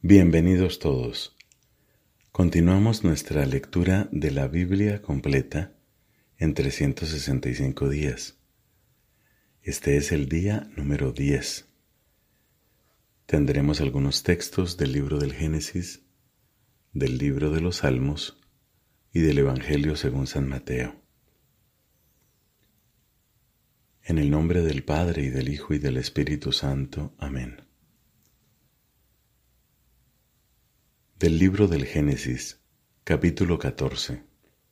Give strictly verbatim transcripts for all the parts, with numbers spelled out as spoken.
Bienvenidos todos. Continuamos nuestra lectura de la Biblia completa en trescientos sesenta y cinco días. Este es el día número diez. Tendremos algunos textos del libro del Génesis, del libro de los Salmos y del Evangelio según San Mateo. En el nombre del Padre, y del Hijo, y del Espíritu Santo. Amén. Del libro del Génesis, capítulo catorce.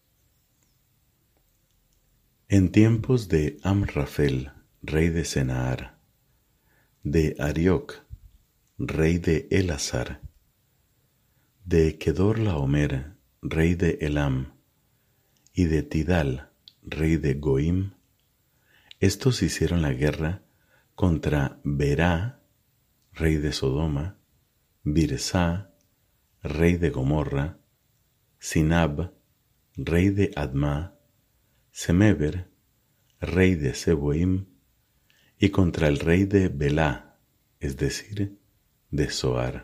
En tiempos de Amrafel, rey de Sennaar, de Arioc, rey de Elasar, de Kedorlaomer, rey de Elam, y de Tidal, rey de Goim, estos hicieron la guerra contra Berá, rey de Sodoma, Birsá, rey de Gomorra, Sinab, rey de Adma, Semeber, rey de Seboim, y contra el rey de Belá, es decir, de Zoar.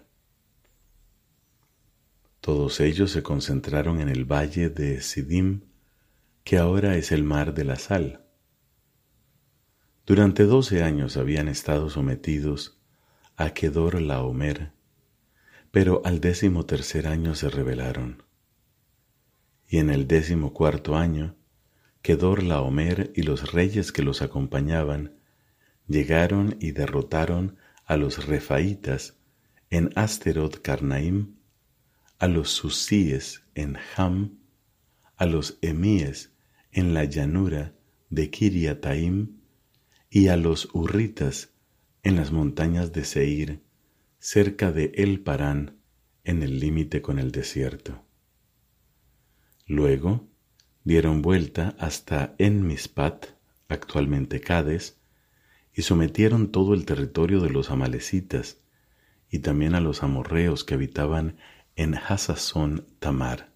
Todos ellos se concentraron en el valle de Sidim, que ahora es el mar de la sal. Durante doce años habían estado sometidos a Kedorlaomer, pero al décimo tercer año se rebelaron. Y en el décimo cuarto año, Kedorlaomer y los reyes que los acompañaban llegaron y derrotaron a los refaitas en Asterot Carnaim, a los susíes en Ham, a los emíes en la llanura de Kiriataim y a los hurritas en las montañas de Seir, cerca de El Parán, en el límite con el desierto. Luego dieron vuelta hasta En-Mispat, actualmente Cades, y sometieron todo el territorio de los amalecitas y también a los amorreos que habitaban en Hasazón Tamar.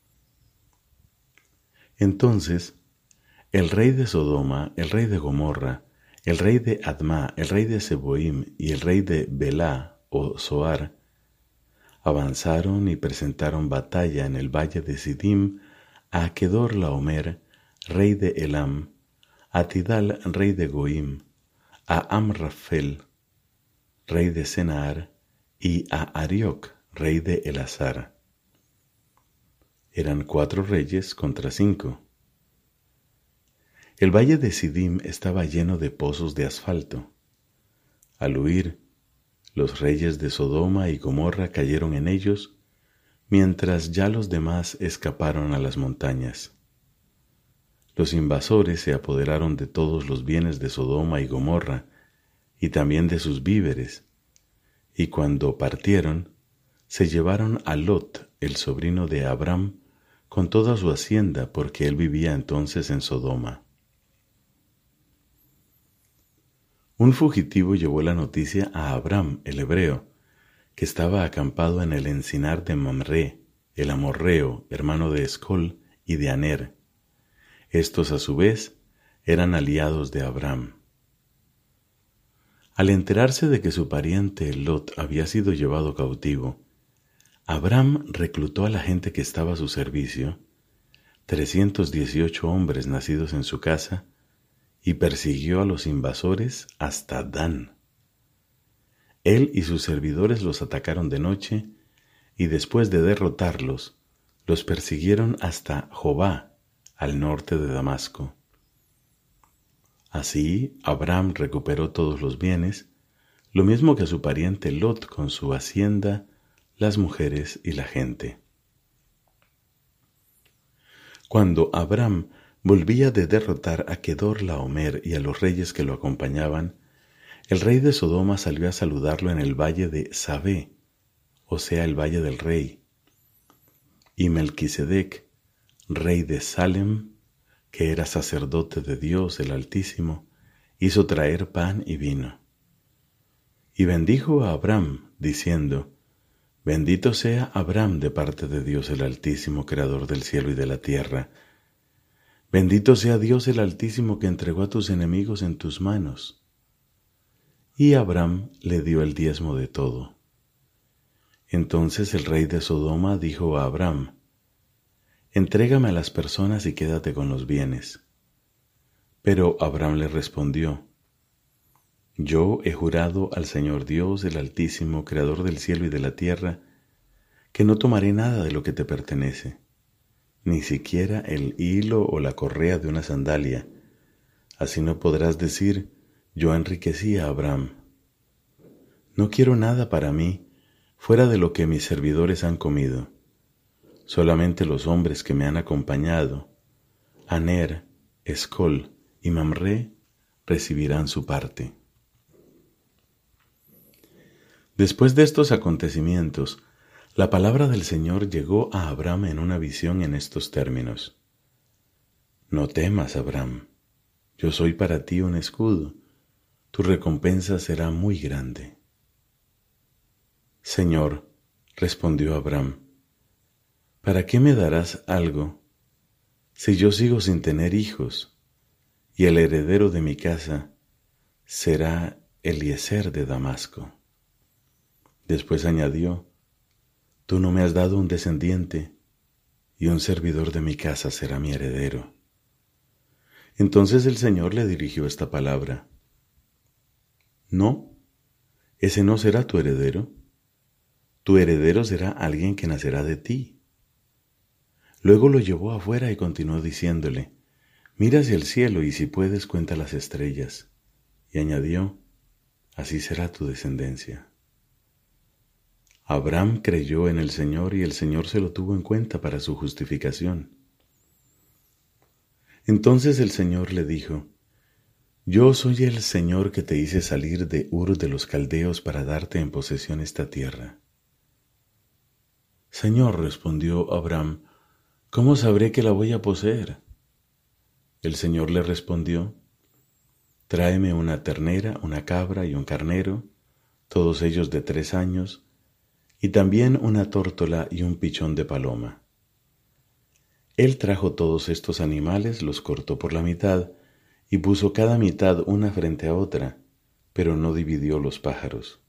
Entonces el rey de Sodoma, el rey de Gomorra, el rey de Adma, el rey de Seboim y el rey de Belá o Zoar avanzaron y presentaron batalla en el valle de Sidim a Kedorlaomer, rey de Elam, a Tidal, rey de Goim, a Amrafel, rey de Sennaar, y a Arioc, rey de Elasar. Eran cuatro reyes contra cinco. El valle de Sidim estaba lleno de pozos de asfalto. Al huir, los reyes de Sodoma y Gomorra cayeron en ellos, mientras ya los demás escaparon a las montañas. Los invasores se apoderaron de todos los bienes de Sodoma y Gomorra, y también de sus víveres, y cuando partieron, se llevaron a Lot, el sobrino de Abram, con toda su hacienda, porque él vivía entonces en Sodoma. Un fugitivo llevó la noticia a Abram, el hebreo, que estaba acampado en el encinar de Mamré, el amorreo, hermano de Escol y de Aner. Estos, a su vez, eran aliados de Abram. Al enterarse de que su pariente Lot había sido llevado cautivo, Abram reclutó a la gente que estaba a su servicio, trescientos dieciocho hombres nacidos en su casa, y persiguió a los invasores hasta Dan. Él y sus servidores los atacaron de noche, y después de derrotarlos, los persiguieron hasta Jobá, al norte de Damasco. Así, Abram recuperó todos los bienes, lo mismo que su pariente Lot con su hacienda, las mujeres y la gente. Cuando Abram volvía de derrotar a Kedorlaomer y a los reyes que lo acompañaban, el rey de Sodoma salió a saludarlo en el valle de Sabé, o sea, el valle del rey. Y Melquisedec, rey de Salem, que era sacerdote de Dios el Altísimo, hizo traer pan y vino. Y bendijo a Abram, diciendo: Bendito sea Abram de parte de Dios el Altísimo, creador del cielo y de la tierra. Bendito sea Dios el Altísimo que entregó a tus enemigos en tus manos. Y Abram le dio el diezmo de todo. Entonces el rey de Sodoma dijo a Abram: «Entrégame a las personas y quédate con los bienes». Pero Abram le respondió: «Yo he jurado al Señor Dios, el Altísimo, Creador del cielo y de la tierra, que no tomaré nada de lo que te pertenece, ni siquiera el hilo o la correa de una sandalia. Así no podrás decir: yo enriquecí a Abram. No quiero nada para mí, fuera de lo que mis servidores han comido. Solamente los hombres que me han acompañado, Aner, Escol y Mamré, recibirán su parte». Después de estos acontecimientos, la palabra del Señor llegó a Abram en una visión en estos términos: «No temas, Abram, yo soy para ti un escudo, tu recompensa será muy grande». «Señor», respondió Abram, «¿para qué me darás algo si yo sigo sin tener hijos, y el heredero de mi casa será Eliezer de Damasco?» Después añadió: «Tú no me has dado un descendiente, y un servidor de mi casa será mi heredero». Entonces el Señor le dirigió esta palabra: «No, ese no será tu heredero. Tu heredero será alguien que nacerá de ti». Luego lo llevó afuera y continuó diciéndole: «Mira hacia el cielo y si puedes cuenta las estrellas». Y añadió: «Así será tu descendencia». Abram creyó en el Señor y el Señor se lo tuvo en cuenta para su justificación. Entonces el Señor le dijo: «Yo soy el Señor que te hice salir de Ur de los Caldeos para darte en posesión esta tierra». «Señor», respondió Abram, «¿cómo sabré que la voy a poseer?». El Señor le respondió: «Tráeme una ternera, una cabra y un carnero, todos ellos de tres años, y también una tórtola y un pichón de paloma». Él trajo todos estos animales, los cortó por la mitad, y puso cada mitad una frente a otra, pero no dividió los pájaros.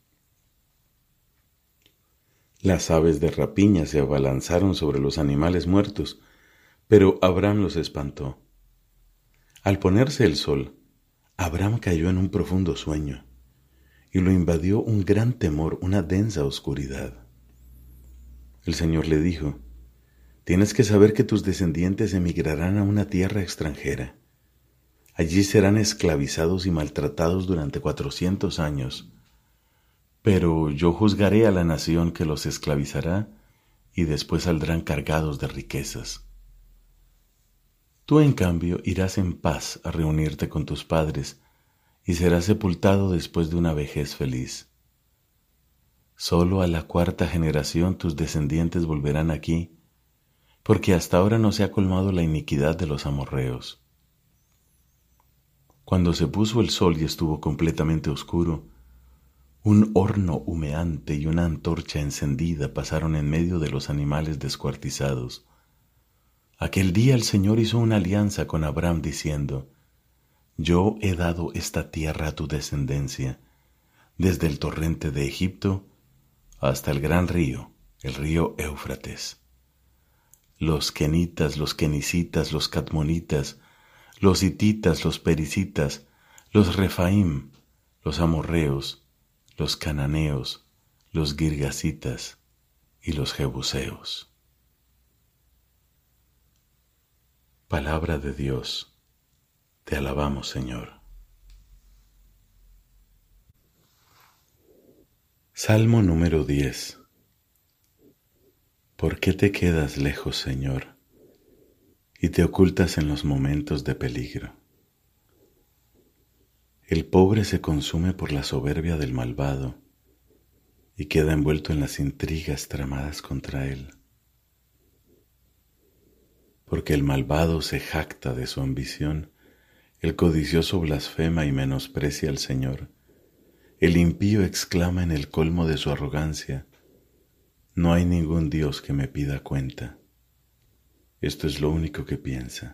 Las aves de rapiña se abalanzaron sobre los animales muertos, pero Abram los espantó. Al ponerse el sol, Abram cayó en un profundo sueño, y lo invadió un gran temor, una densa oscuridad. El Señor le dijo: «Tienes que saber que tus descendientes emigrarán a una tierra extranjera. Allí serán esclavizados y maltratados durante cuatrocientos años. Pero yo juzgaré a la nación que los esclavizará y después saldrán cargados de riquezas. Tú, en cambio, irás en paz a reunirte con tus padres y serás sepultado después de una vejez feliz. Solo a la cuarta generación tus descendientes volverán aquí, porque hasta ahora no se ha colmado la iniquidad de los amorreos». Cuando se puso el sol y estuvo completamente oscuro, un horno humeante y una antorcha encendida pasaron en medio de los animales descuartizados. Aquel día el Señor hizo una alianza con Abram diciendo: «Yo he dado esta tierra a tu descendencia, desde el torrente de Egipto hasta el gran río, el río Éufrates. Los kenitas, los kenicitas, los cadmonitas, los hititas, los pericitas, los refaim, los amorreos, los cananeos, los girgasitas y los jebuseos». Palabra de Dios. Te alabamos, Señor. Salmo número diez. ¿Por qué te quedas lejos, Señor, y te ocultas en los momentos de peligro? El pobre se consume por la soberbia del malvado y queda envuelto en las intrigas tramadas contra él. Porque el malvado se jacta de su ambición, el codicioso blasfema y menosprecia al Señor. El impío exclama en el colmo de su arrogancia: «No hay ningún Dios que me pida cuenta». Esto es lo único que piensa.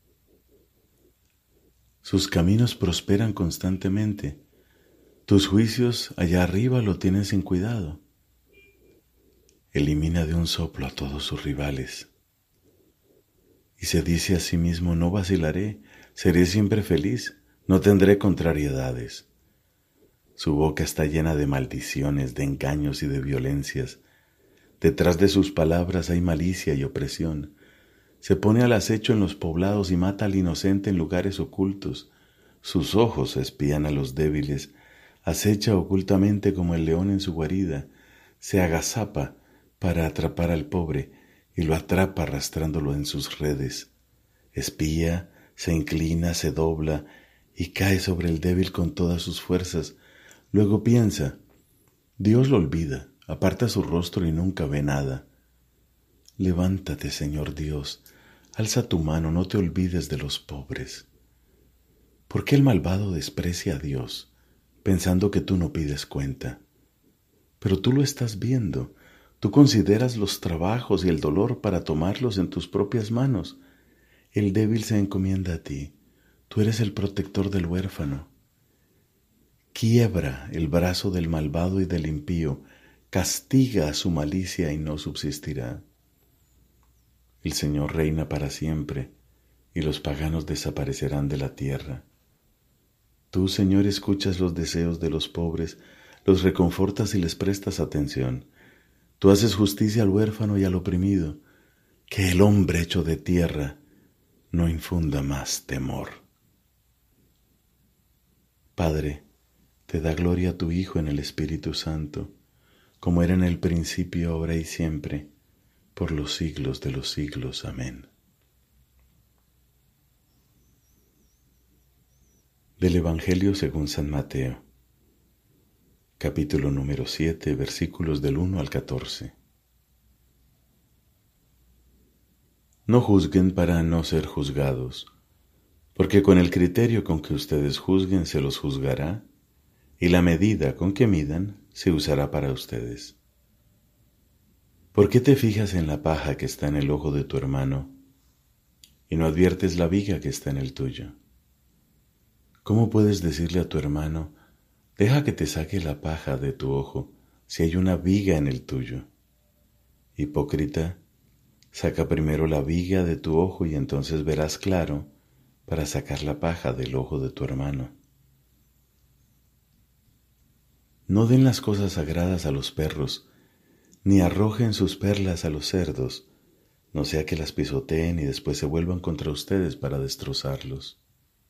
Sus caminos prosperan constantemente. Tus juicios allá arriba lo tienen sin cuidado. elimina de un soplo a todos sus rivales. Y se dice a sí mismo, no vacilaré, seré siempre feliz, no tendré contrariedades. Su boca está llena de maldiciones, de engaños y de violencias. Detrás de sus palabras hay malicia y opresión. Se pone al acecho en los poblados y mata al inocente en lugares ocultos. Sus ojos espían a los débiles, acecha ocultamente como el león en su guarida, se agazapa para atrapar al pobre y lo atrapa arrastrándolo en sus redes. Espía, se inclina, se dobla y cae sobre el débil con todas sus fuerzas. Luego piensa, Dios lo olvida, aparta su rostro y nunca ve nada. Levántate, Señor Dios, alza tu mano, no te olvides de los pobres. ¿Por qué el malvado desprecia a Dios, pensando que tú no pides cuenta? Pero tú lo estás viendo, tú consideras los trabajos y el dolor para tomarlos en tus propias manos. El débil se encomienda a ti, tú eres el protector del huérfano. Quiebra el brazo del malvado y del impío, castiga a su malicia y no subsistirá. El Señor reina para siempre, y los paganos desaparecerán de la tierra. Tú, Señor, escuchas los deseos de los pobres, los reconfortas y les prestas atención. Tú haces justicia al huérfano y al oprimido. Que el hombre hecho de tierra no infunda más temor. Padre, te da gloria a tu Hijo en el Espíritu Santo, como era en el principio, ahora y siempre, por los siglos de los siglos. Amén. Del Evangelio según San Mateo, capítulo número siete, versículos del uno al catorce. No juzguen para no ser juzgados, porque con el criterio con que ustedes juzguen se los juzgará, y la medida con que midan se usará para ustedes. ¿Por qué te fijas en la paja que está en el ojo de tu hermano y no adviertes la viga que está en el tuyo? ¿Cómo puedes decirle a tu hermano, deja que te saque la paja de tu ojo si hay una viga en el tuyo? Hipócrita, saca primero la viga de tu ojo y entonces verás claro para sacar la paja del ojo de tu hermano. No den las cosas sagradas a los perros, ni arrojen sus perlas a los cerdos, no sea que las pisoteen y después se vuelvan contra ustedes para destrozarlos.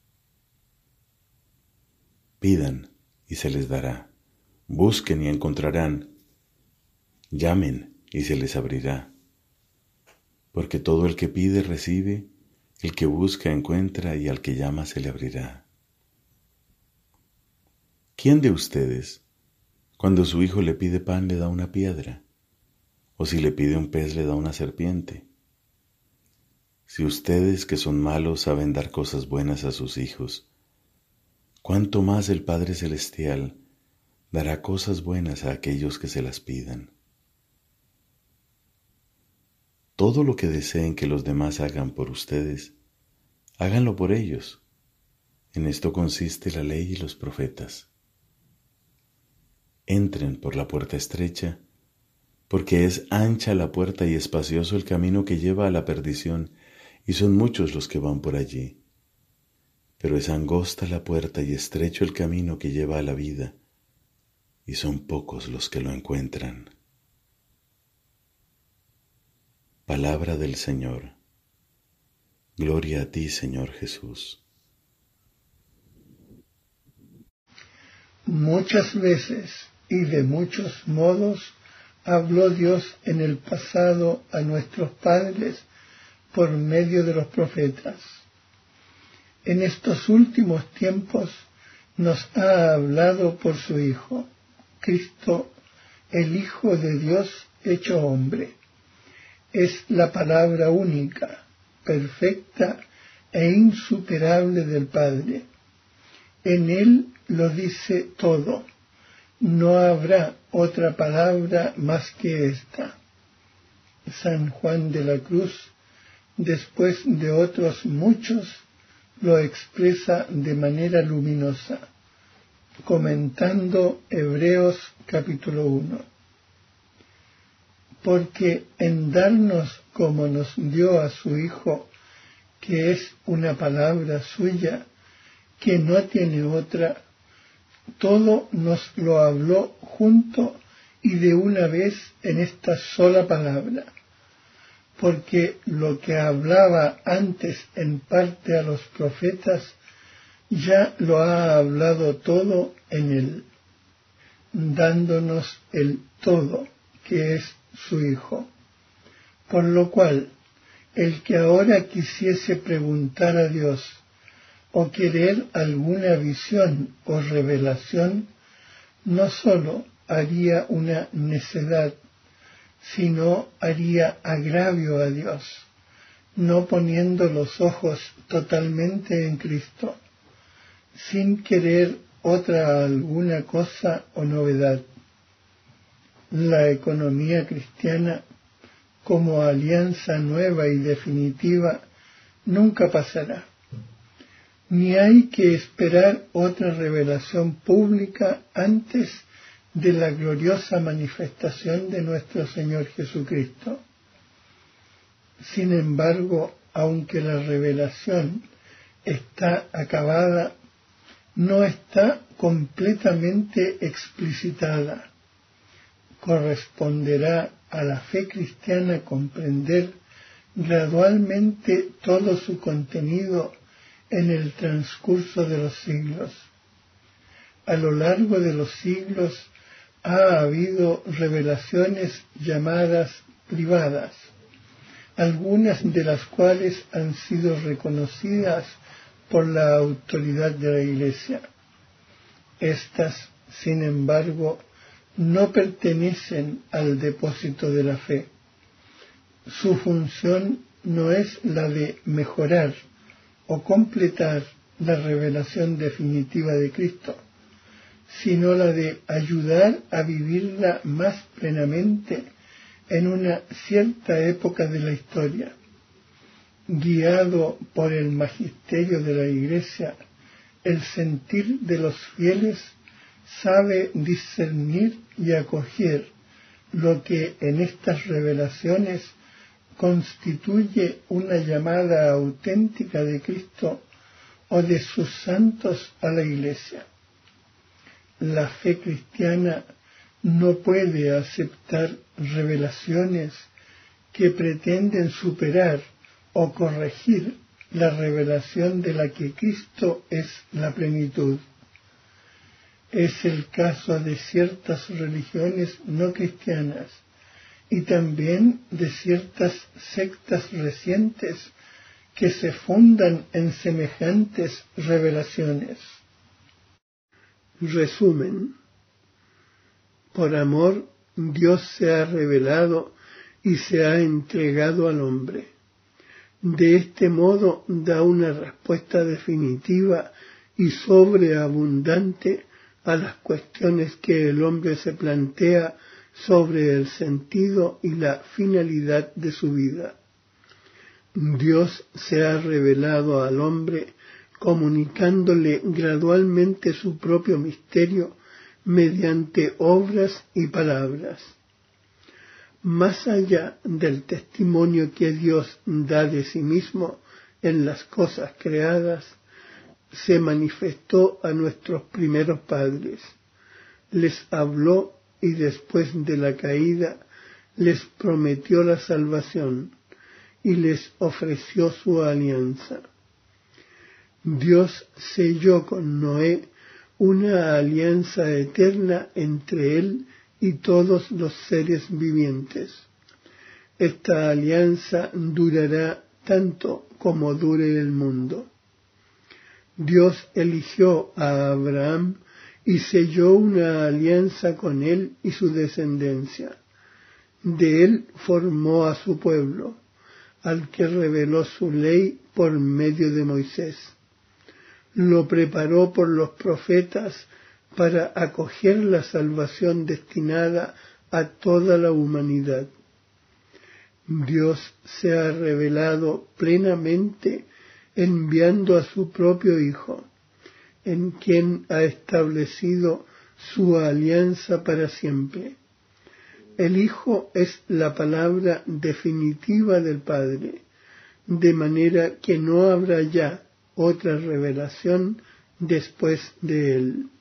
Pidan y se les dará, busquen y encontrarán, llamen y se les abrirá. Porque todo el que pide recibe, el que busca encuentra y al que llama se le abrirá. ¿Quién de ustedes, cuando su hijo le pide pan, le da una piedra? ¿O si le pide un pez, le da una serpiente? Si ustedes, que son malos, saben dar cosas buenas a sus hijos, ¿cuánto más el Padre Celestial dará cosas buenas a aquellos que se las pidan? Todo lo que deseen que los demás hagan por ustedes, háganlo por ellos. En esto consiste la ley y los profetas. Entren por la puerta estrecha, porque es ancha la puerta y espacioso el camino que lleva a la perdición, y son muchos los que van por allí. Pero es angosta la puerta y estrecho el camino que lleva a la vida, y son pocos los que lo encuentran. Palabra del Señor. Gloria a ti, Señor Jesús. Muchas veces y de muchos modos habló Dios en el pasado a nuestros padres por medio de los profetas. En estos últimos tiempos nos ha hablado por su Hijo, Cristo, el Hijo de Dios hecho hombre. Es la palabra única, perfecta e insuperable del Padre. En Él lo dice todo. No habrá otra palabra más que esta. San Juan de la Cruz, después de otros muchos, lo expresa de manera luminosa, comentando Hebreos capítulo uno. porque en darnos como nos dio a su Hijo, que es una palabra suya, que no tiene otra, todo nos lo habló junto y de una vez en esta sola palabra, porque lo que hablaba antes en parte a los profetas, ya lo ha hablado todo en él, dándonos el todo, que es su Hijo. Por lo cual, el que ahora quisiese preguntar a Dios, o querer alguna visión o revelación, no sólo haría una necedad, sino haría agravio a Dios, no poniendo los ojos totalmente en Cristo, sin querer otra alguna cosa o novedad. La economía cristiana, como alianza nueva y definitiva, nunca pasará. Ni hay que esperar otra revelación pública antes de la gloriosa manifestación de nuestro Señor Jesucristo. Sin embargo, aunque la revelación está acabada, no está completamente explicitada. Corresponderá a la fe cristiana comprender gradualmente todo su contenido en el transcurso de los siglos. A lo largo de los siglos ha habido revelaciones llamadas privadas, algunas de las cuales han sido reconocidas por la autoridad de la Iglesia. Estas, sin embargo, no pertenecen al depósito de la fe. Su función no es la de mejorar o completar la revelación definitiva de Cristo, sino la de ayudar a vivirla más plenamente en una cierta época de la historia. Guiado por el magisterio de la Iglesia, el sentir de los fieles sabe discernir y acoger lo que en estas revelaciones constituye una llamada auténtica de Cristo o de sus santos a la Iglesia. La fe cristiana no puede aceptar revelaciones que pretenden superar o corregir la revelación de la que Cristo es la plenitud. Es el caso de ciertas religiones no cristianas y también de ciertas sectas recientes que se fundan en semejantes revelaciones. Resumen. Por amor, Dios se ha revelado y se ha entregado al hombre. De este modo da una respuesta definitiva y sobreabundante a las cuestiones que el hombre se plantea sobre el sentido y la finalidad de su vida. Dios se ha revelado al hombre comunicándole gradualmente su propio misterio mediante obras y palabras. Más allá del testimonio que Dios da de sí mismo en las cosas creadas, se manifestó a nuestros primeros padres, les habló y después de la caída les prometió la salvación y les ofreció su alianza. Dios selló con Noé una alianza eterna entre él y todos los seres vivientes. Esta alianza durará tanto como dure el mundo. Dios eligió a Abraham y selló una alianza con él y su descendencia. De él formó a su pueblo, al que reveló su ley por medio de Moisés. Lo preparó por los profetas para acoger la salvación destinada a toda la humanidad. Dios se ha revelado plenamente enviando a su propio Hijo, en quien ha establecido su alianza para siempre. El Hijo es la palabra definitiva del Padre, de manera que no habrá ya otra revelación después de él.